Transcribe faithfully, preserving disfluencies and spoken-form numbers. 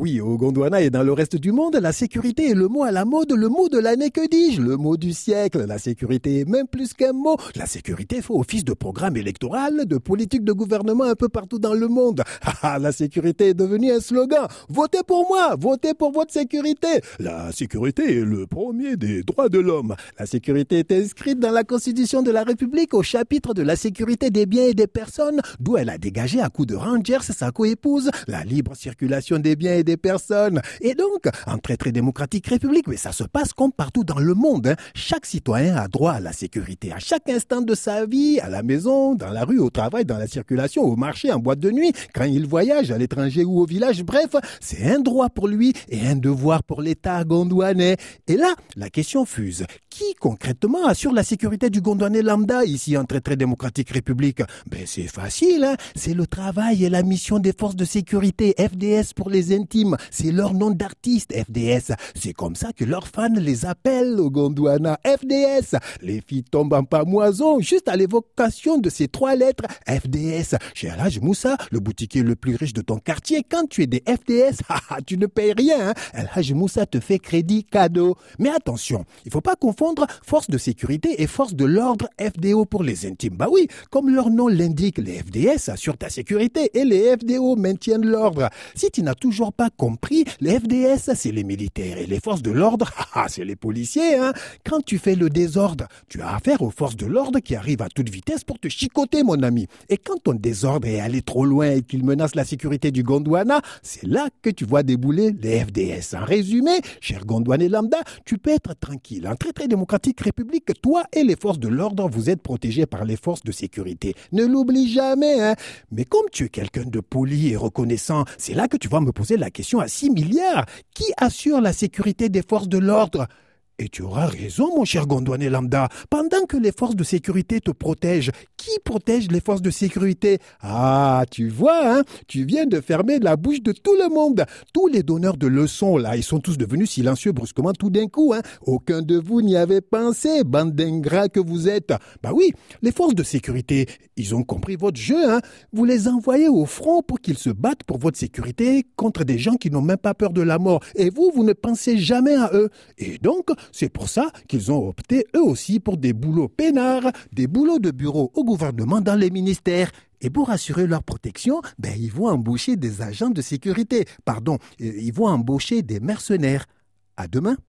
Oui, au Gondwana et dans le reste du monde, la sécurité est le mot à la mode, le mot de l'année, que dis-je, le mot du siècle. La sécurité est même plus qu'un mot. La sécurité fait office de programme électoral, de politique de gouvernement un peu partout dans le monde. Ah, la sécurité est devenue un slogan. Votez pour moi, votez pour votre sécurité. La sécurité est le premier des droits de l'homme. La sécurité est inscrite dans la Constitution de la République au chapitre de la sécurité des biens et des personnes, d'où elle a dégagé à coups de Rangers sa coépouse, la libre circulation des biens et des personnes. Et donc, en très très démocratique république, mais ça se passe comme partout dans le monde. Hein. Chaque citoyen a droit à la sécurité à chaque instant de sa vie, à la maison, dans la rue, au travail, dans la circulation, au marché, en boîte de nuit, quand il voyage à l'étranger ou au village. Bref, c'est un droit pour lui et un devoir pour l'État gondwanais. Et là, la question fuse. Qui concrètement assure la sécurité du Gondwanais lambda ici en très très démocratique république? Ben c'est facile, hein. C'est le travail et la mission des forces de sécurité, F D S pour les intimes. C'est leur nom d'artiste, F D S. C'est comme ça que leurs fans les appellent au Gondwana, F D S. Les filles tombent en pamoison juste à l'évocation de ces trois lettres, F D S. Chez Alhaj Moussa, le boutiquier le plus riche de ton quartier, quand tu es des F D S, tu ne payes rien. Hein. Alhaj Moussa te fait crédit cadeau. Mais attention, il faut pas confondre force de sécurité et force de l'ordre, F D O pour les intimes. Bah oui, comme leur nom l'indique, les F D S assurent ta sécurité et les F D O maintiennent l'ordre. Si tu n'as toujours pas compris, les F D S, c'est les militaires et les forces de l'ordre, c'est les policiers. Hein. Quand tu fais le désordre, tu as affaire aux forces de l'ordre qui arrivent à toute vitesse pour te chicoter, mon ami. Et quand ton désordre est allé trop loin et qu'il menace la sécurité du Gondwana, c'est là que tu vois débouler les F D S. En résumé, cher Gondwanais lambda, tu peux être tranquille. En très très démocratique république, toi et les forces de l'ordre, vous êtes protégés par les forces de sécurité. Ne l'oublie jamais, hein. Mais comme tu es quelqu'un de poli et reconnaissant, c'est là que tu vas me poser la question à six milliards. Qui assure la sécurité des forces de l'ordre? Et tu auras raison, mon cher Gondwanais lambda. Pendant que les forces de sécurité te protègent, qui protège les forces de sécurité? Ah, tu vois, hein, tu viens de fermer la bouche de tout le monde. Tous les donneurs de leçons, là, ils sont tous devenus silencieux brusquement tout d'un coup. Hein. Aucun de vous n'y avait pensé, bande d'ingrats que vous êtes. Bah oui, les forces de sécurité, ils ont compris votre jeu. Hein. Vous les envoyez au front pour qu'ils se battent pour votre sécurité contre des gens qui n'ont même pas peur de la mort. Et vous, vous ne pensez jamais à eux. Et donc, c'est pour ça qu'ils ont opté eux aussi pour des boulots peinards, des boulots de bureau au gouvernement dans les ministères. Et pour assurer leur protection, ben, ils vont embaucher des agents de sécurité. Pardon, ils vont embaucher des mercenaires. À demain.